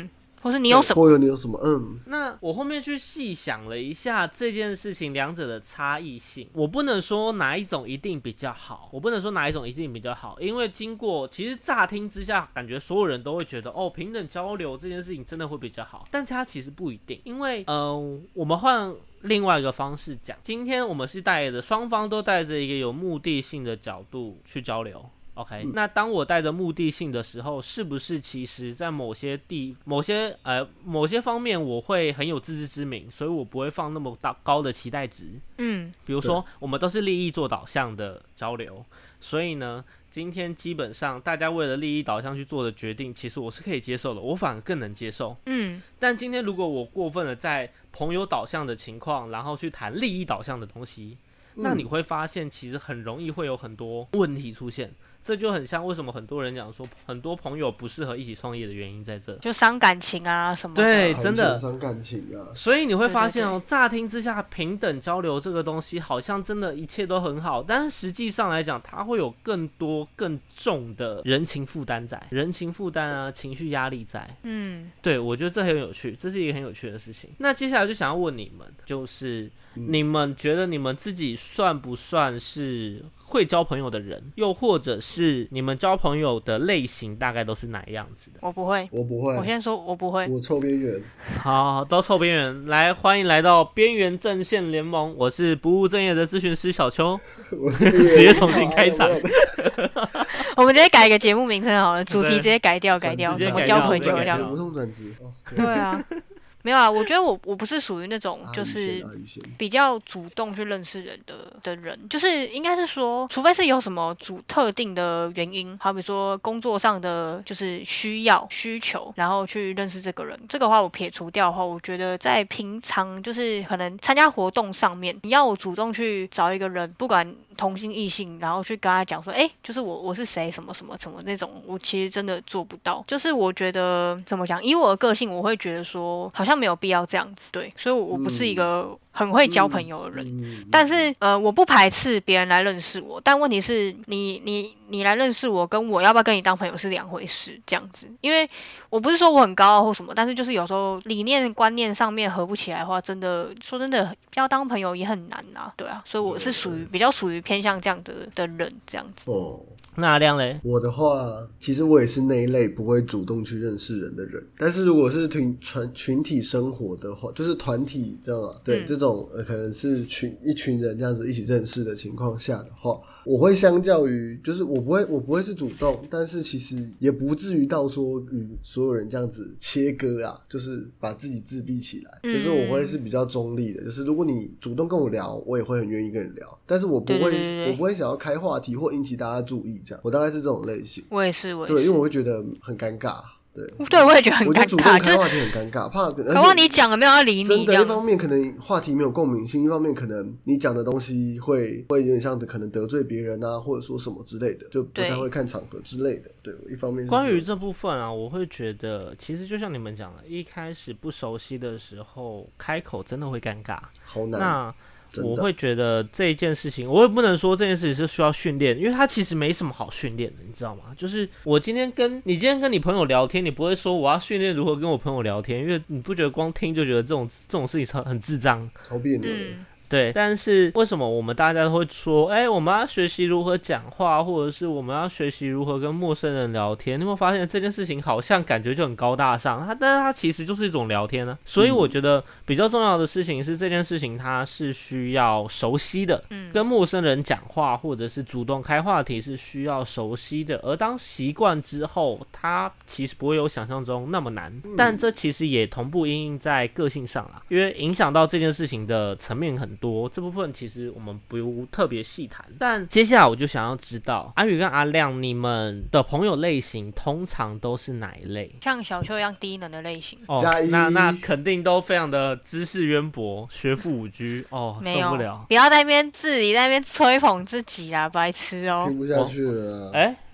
或是你有什么， 或者你有什么， 那我后面去细想了一下这件事情两者的差异性，我不能说哪一种一定比较好，因为经过其实乍听之下感觉所有人都会觉得平等交流这件事情真的会比较好，但它其实不一定，因为我们换另外一个方式讲，今天我们是双方都带着一个有目的性的角度去交流。OK，那当我带着目的性的时候，是不是其实在某些方面我会很有自知之明，所以我不会放那么高的期待值。比如说我们都是利益做导向的交流，所以呢，今天基本上大家为了利益导向去做的决定，其实我是可以接受的，我反而更能接受。但今天如果我过分的在朋友导向的情况，然后去谈利益导向的东西，那你会发现其实很容易会有很多问题出现。这就很像为什么很多人讲说很多朋友不适合一起创业的原因在这， 就伤感情啊什么的。 对，真的伤感情啊。 所以你会发现乍听之下平等交流这个东西好像真的一切都很好，但是实际上来讲它会有更多更重的人情负担啊，情绪压力在。对，我觉得这很有趣，这是一个很有趣的事情。那接下来就想要问你们，就是你们觉得你们自己算不算是会交朋友的人，又或者是你们交朋友的类型大概都是哪样子的？ 我不会。我先说我不会。 我臭边缘。 好，都臭边缘。来，欢迎来到边缘阵线联盟，我是不务正业的咨询师小邱。直接重新开场。 我们直接改一个节目名称好了，主题直接改掉，怎么交朋友这样。 无痛转职。 对啊。没有啊，我觉得我不是属于那种就是比较主动去认识人的人，就是应该是说，除非是有什么特定的原因，好比说工作上的就是需求，然后去认识这个人，这个话我撇除掉的话，我觉得在平常就是可能参加活动上面，你要我主动去找一个人，不管同性异性，然后去跟他讲说，就是我是谁什么什么什么那种，我其实真的做不到。就是我觉得怎么讲，以我的个性，我会觉得说好像没有必要这样子，对，所以我不是一个很会交朋友的人，但是我不排斥别人来认识我，但问题是你来认识我，跟我要不要跟你当朋友是两回事，这样子。因为我不是说我很高傲或什么，但是就是有时候理念观念上面合不起来的话，真的说真的要当朋友也很难啊，对啊，所以我是比较属于偏向这样的人这样子。 那阿亮嘞？ 我的话，其实我也是那一类不会主动去认识人的人，但是如果是群体生活的话，就是团体这样啊，对，这种可能是一群人这样子一起认识的情况下的话，我会相较于就是我不会是主动，但是其实也不至于到说与所有人这样子切割啊，就是把自己自闭起来，就是我会是比较中立的，就是如果你主动跟我聊，我也会很愿意跟你聊，但是我不会想要开话题或引起大家注意这样，我大概是这种类型。 我也是。 对，因为我会觉得很尴尬。 对，我也觉得很尴尬。 我觉得主动开话题很尴尬，怕何况你讲了没有要理你。 真的，一方面可能话题没有共鸣性，一方面可能你讲的东西会有点像可能得罪别人啊，或者说什么之类的，就不太会看场合之类的。对，一方面是关于这部分啊，我会觉得其实就像你们讲的，一开始不熟悉的时候开口真的会尴尬， 好难。 那我会觉得这一件事情，我也不能说这件事情是需要训练，因为它其实没什么好训练的，你知道吗？就是你今天跟你朋友聊天，你不会说我要训练如何跟我朋友聊天，因为你不觉得光听就觉得这种事情很智障， 超别扭的。 对，但是为什么我们大家会说，我们要学习如何讲话，或者是我们要学习如何跟陌生人聊天？你会发现这件事情好像感觉就很高大上，但是它其实就是一种聊天啊。所以我觉得比较重要的事情是这件事情它是需要熟悉的，跟陌生人讲话或者是主动开话题是需要熟悉的，而当习惯之后，它其实不会有想象中那么难。但这其实也同步因应在个性上啦，因为影响到这件事情的层面很多，这部分其实我们不用特别细谈。但接下来我就想要知道，阿宇跟阿亮，你们的朋友类型通常都是哪一类？ 像小邱一样低能的类型。 那肯定都非常的知识渊博，学富五车受不了。 不要在那边自己在那边吹捧自己啦，白痴哦。 听不下去了。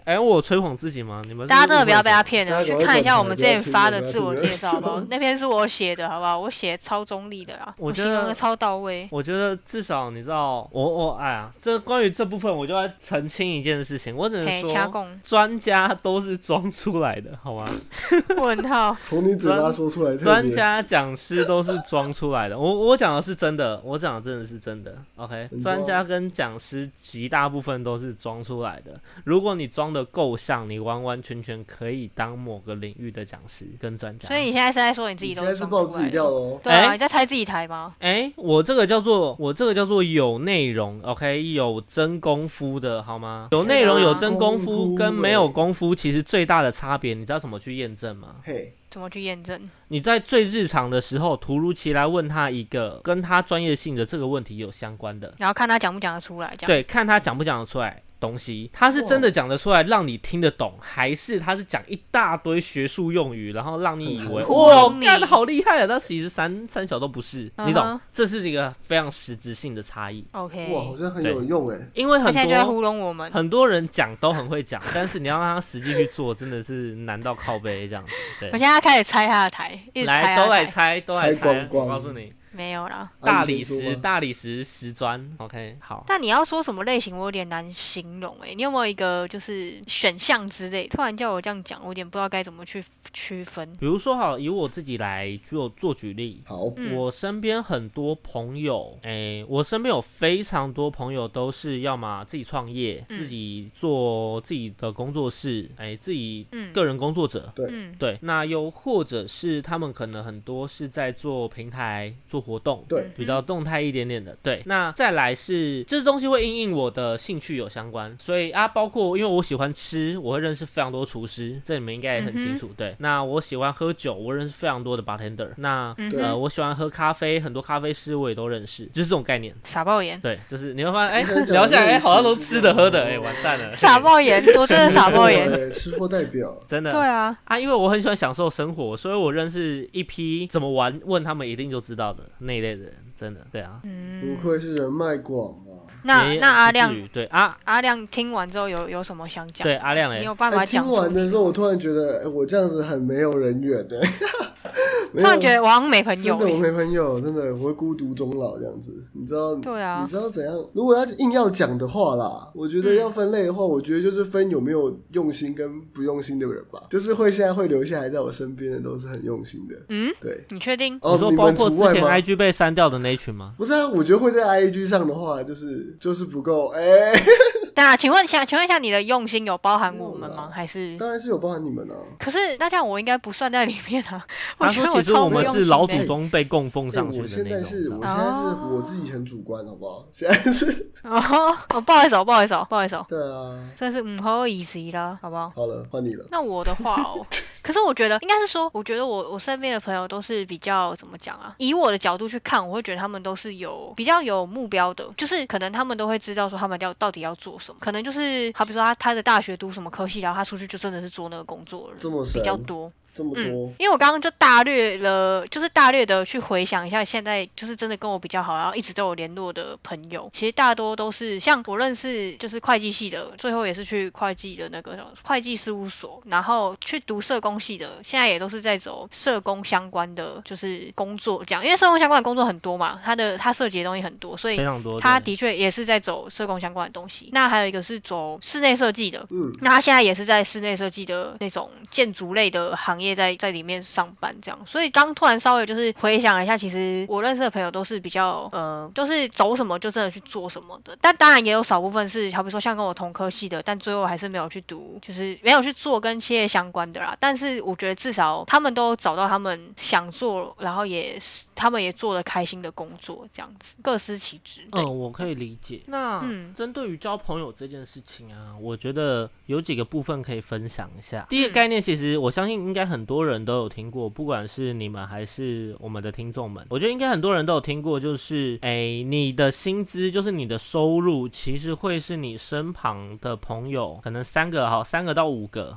我有吹捧自己吗？你们大家真的不要被他骗了，去看一下我们之前发的自我介绍好不好？ 不要听那篇是我写的，好不好？我写超中立的啦， 我觉得形容的超到位。 我觉得至少你知道，这关于这部分我就要澄清一件事情，我只能说，专家都是装出来的，好吗？ 问号。 从你嘴巴说出来， 专家讲师都是装出来的。我讲的是真的，我讲的真的是真的。OK， 专家跟讲师极大部分都是装出来的。如果你装的够像，你完完全全可以当某个领域的讲师跟专家。 所以你现在是在说你自己都是装出来的？ 你现在是爆自己料咯。 对啊，你在拆自己台吗？ 我这个叫做有内容 ，OK， 有真功夫的好吗？有内容有真功夫跟没有功夫其实最大的差别，你知道怎么去验证吗？ 怎么去验证？ 你在最日常的时候，突如其来问他一个跟他专业性的这个问题有相关的， 然后看他讲不讲得出来，这样。 对，看他讲不讲得出来东西，他是真的讲得出来让你听得懂，还是他是讲一大堆学术用语，然后让你以为哇，干得好厉害啊，但其实三小都不是，你懂？这是一个非常实质性的差异。 OK， 哇，好像很有用哎， 因为他现在就在糊弄我们。 很多人讲都很会讲，但是你要让他实际去做，真的是难到靠背这样子。对， 我现在开始拆他的台， 来都来拆， 光光我告诉你。 没有啦， 大理石石砖 ，OK， 好。 但你要说什么类型，我有点难形容你有没有一个就是选项之类？突然叫我这样讲，我有点不知道该怎么去区分。 比如说好，以我自己来做举例。 好， 我身边很多朋友，我身边有非常多朋友都是要么自己创业，自己做自己的工作室，自己个人工作者。对，那又或者是他们可能很多是在做平台做活动， 对， 比较动态一点点的，对。那再来是，这东西会因应我的兴趣有相关，所以包括因为我喜欢吃，我会认识非常多厨师，这你们应该也很清楚，对。那我喜欢喝酒，我认识非常多的 bartender， 那我喜欢喝咖啡，很多咖啡师我也都认识，就是这种概念。 傻爆眼。 对，就是你会发现，聊下来好像都吃的喝的，完蛋了。 傻爆眼，我真的傻爆眼。 吃货代表。 真的。 对啊。 因为我很喜欢享受生活，所以我认识一批怎么玩，问他们一定就知道的那一类的人，真的，对啊。 不愧是人脉广啊。 那阿亮， 对阿亮听完之后有什么想讲？ 对，阿亮你有办法讲？ 听完的时候，我突然觉得，我这样子很没有人缘的。 突然觉得我好像没朋友。 真的我没朋友，真的我会孤独终老这样子，你知道？ 对啊。 你知道怎样？如果要硬要讲的话啦，我觉得要分类的话，我觉得就是分有没有用心跟不用心的人吧。就是现在会留下来在我身边的都是很用心的。对。 你确定？ 你说包括之前 IG 被删掉的那一群吗？ 不是啊，我觉得会在 IG 上的话，就是不够。 那请问一下你的用心有包含我们吗？还是？ 当然是有包含你们啊。 可是那这样我应该不算在里面啊。 他说其实我们是老祖宗被供奉上去的那种。 我现在是我自己很主观，好不好？现在是。 不好意思。 对啊。 真是不好意思啦，好不好？ 好了，换你了。 那我的话可是我觉得应该是说，我觉得我身边的朋友都是比较怎么讲啊？以我的角度去看，我会觉得他们都是比较有目标的，就是可能他们都会知道说他们到底要做什么，可能就是好比说他的大学读什么科系，然后他出去就真的是做那个工作了， 这么神比较多。 这么多， 因为我刚刚就大略的去回想一下，现在就是真的跟我比较好，然后一直都有联络的朋友，其实大多都是像我认识就是会计系的，最后也是去会计的那个会计事务所，然后去读社工系的，现在也都是在走社工相关的就是工作这样，因为社工相关的工作很多嘛，他涉及的东西很多，所以他的确也是在走社工相关的东西。那还有一个是走室内设计的，那他现在也是在室内设计的那种建筑类的行业在里面上班这样，所以刚突然稍微就是回想一下，其实我认识的朋友都是比较就是走什么就真的去做什么的，但当然也有少部分是好比说像跟我同科系的，但最后还是没有去读，就是没有去做跟企业相关的啦。但是我觉得至少他们都找到他们想做，然后他们也做得开心的工作这样子，各司其职。 我可以理解。那针对于交朋友这件事情啊，我觉得有几个部分可以分享一下。第一个概念，其实我相信应该很多人都有听过，不管是你们还是我们的听众们，我觉得应该很多人都有听过，就是你的薪资就是你的收入，其实会是你身旁的朋友，可能3个到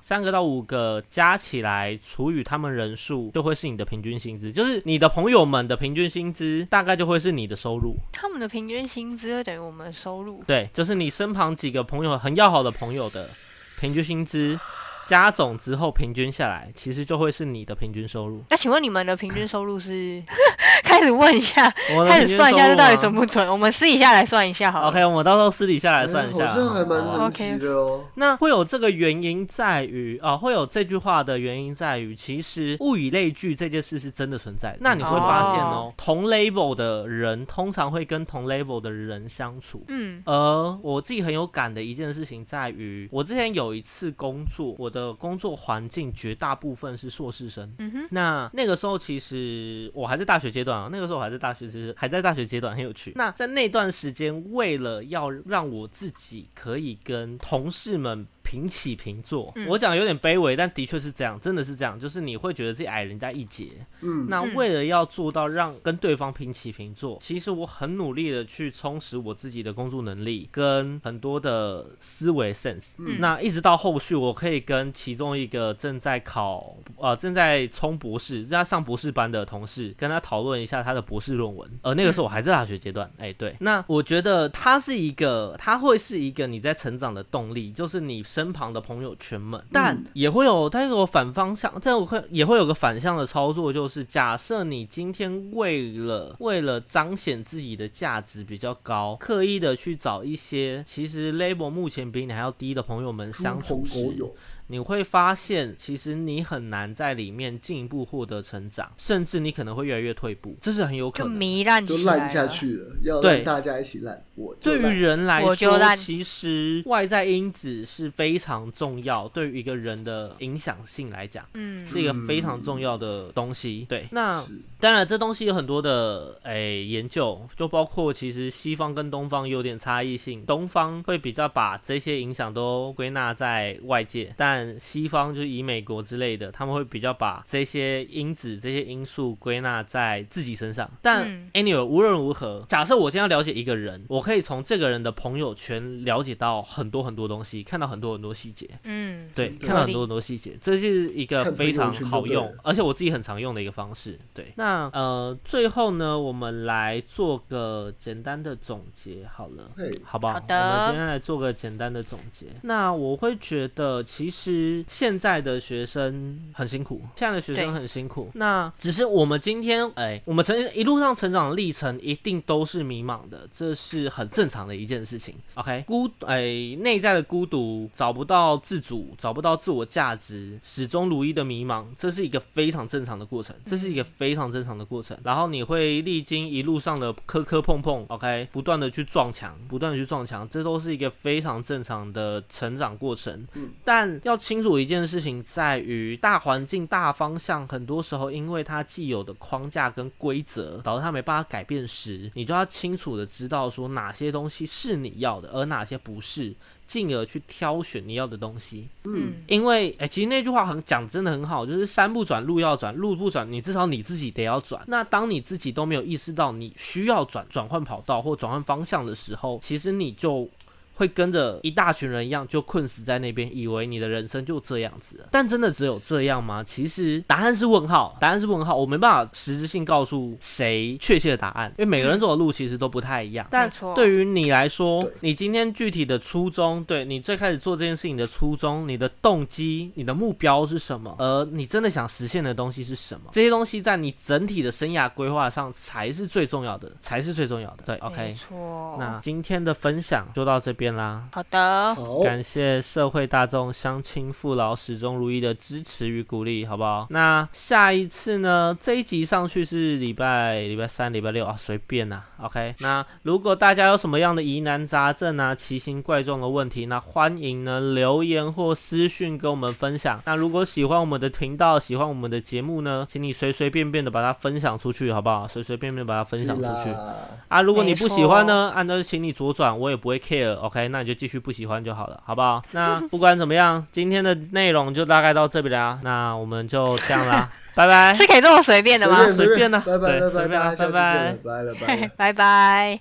5个加起来除以他们人数，就会是你的平均薪资，就是你的朋友们的平均薪资大概就会是你的收入。 他们的平均薪资会等于我们的收入？ 对，就是你身旁几个朋友很要好的朋友的平均薪资加总之后平均下来，其实就会是你的平均收入。 那请问你们的平均收入是？开始问一下，开始算一下这到底准不准？我们私底下来算一下好了。 OK， 我们到时候私底下来算一下。 好像还蛮神奇的哦。 那会有这个原因在于会有这句话的原因在于，其实物以类聚这件事是真的存在的。那你会发现同 level 的人通常会跟同 level 的人相处。而我自己很有感的一件事情在于，我之前有一次工作，我的工作环境绝大部分是硕士生。那个时候其实我还在大学阶段那个时候我还在大学阶段很有趣。那在那段时间，为了要让我自己可以跟同事们平起平坐，我讲有点卑微，但的确是这样，真的是这样，就是你会觉得自己矮人家一截。那为了要做到让跟对方平起平坐，其实我很努力的去充实我自己的工作能力跟很多的思维 sense。那一直到后续，我可以跟其中一个正在冲博士，在上博士班的同事，跟他讨论一下他的博士论文。那个时候我还在大学阶段，对。那我觉得他会是一个你在成长的动力，就是你身旁的朋友圈们。但也会有反方向，也会有个反向的操作，就是假设你今天为了彰显自己的价值比较高，刻意的去找一些其实 label 目前比你还要低的朋友们相处时，你会发现其实你很难在里面进一步获得成长，甚至你可能会越来越退步，这是很有可能就糜烂起来了， 就烂下去了，要让大家一起烂。 对于人来说，其实外在因子是非常重要，对于一个人的影响性来讲，是一个非常重要的东西。对，那当然这东西有很多的研究，就包括其实西方跟东方有点差异性，东方会比较把这些影响都归纳在外界，但西方就是以美国之类的，他们会比较把这些因子这些因素归纳在自己身上。但 anyway 无论如何，假设我今天要了解一个人，我可以从这个人的朋友圈了解到很多很多东西，看到很多很多细节。对，看到很多很多细节，这是一个非常好用，而且我自己很常用的一个方式。对，那最后呢，我们来做个简单的总结好了，好不好？ 好的， 我们今天来做个简单的总结。那我会觉得其实现在的学生很辛苦，那只是我们今天我们一路上成长的历程一定都是迷茫的，这是很正常的一件事情。 OK， 内在的孤独，找不到自主，找不到自我价值，始终如一的迷茫，这是一个非常正常的过程，然后你会历经一路上的磕磕碰碰 OK， 不断的去撞墙，这都是一个非常正常的成长过程。但要清楚一件事情在于，大环境大方向很多时候因为它既有的框架跟规则导致它没办法改变时，你就要清楚的知道说哪些东西是你要的，而哪些不是，进而去挑选你要的东西。因为其实那句话讲真的很好，就是山不转路要转，路不转你至少你自己得要转。那当你自己都没有意识到你需要转换跑道或转换方向的时候，其实你就会跟着一大群人一样就困死在那边，以为你的人生就这样子了。但真的只有这样吗？其实答案是问号，我没办法实质性告诉谁确切的答案，因为每个人走的路其实都不太一样。但对于你来说，你今天具体的初衷，对你最开始做这件事情的初衷，你的动机，你的目标是什么，而你真的想实现的东西是什么，这些东西在你整体的生涯规划上才是最重要的。对 OK， 那今天的分享就到这边啦。 好的， 感谢社会大众乡亲父老始终如一的支持与鼓励，好不好？那下一次呢，这一集上去是礼拜三礼拜六随便啦 OK。 那如果大家有什么样的疑难杂症奇形怪状的问题，那欢迎呢留言或私讯跟我们分享。那如果喜欢我们的频道，喜欢我们的节目呢，请你随随便便的把它分享出去，好不好？随随便便把它分享出去如果你不喜欢呢，那就请你左转，我也不会 care OK， 那你就继续不喜欢就好了，好不好？那不管怎么样，今天的内容就大概到这里啦，那我们就这样啦拜拜。 是可以这么随便的吗？ 随便的， 拜拜， 随便啦，拜拜， 拜拜。 拜拜。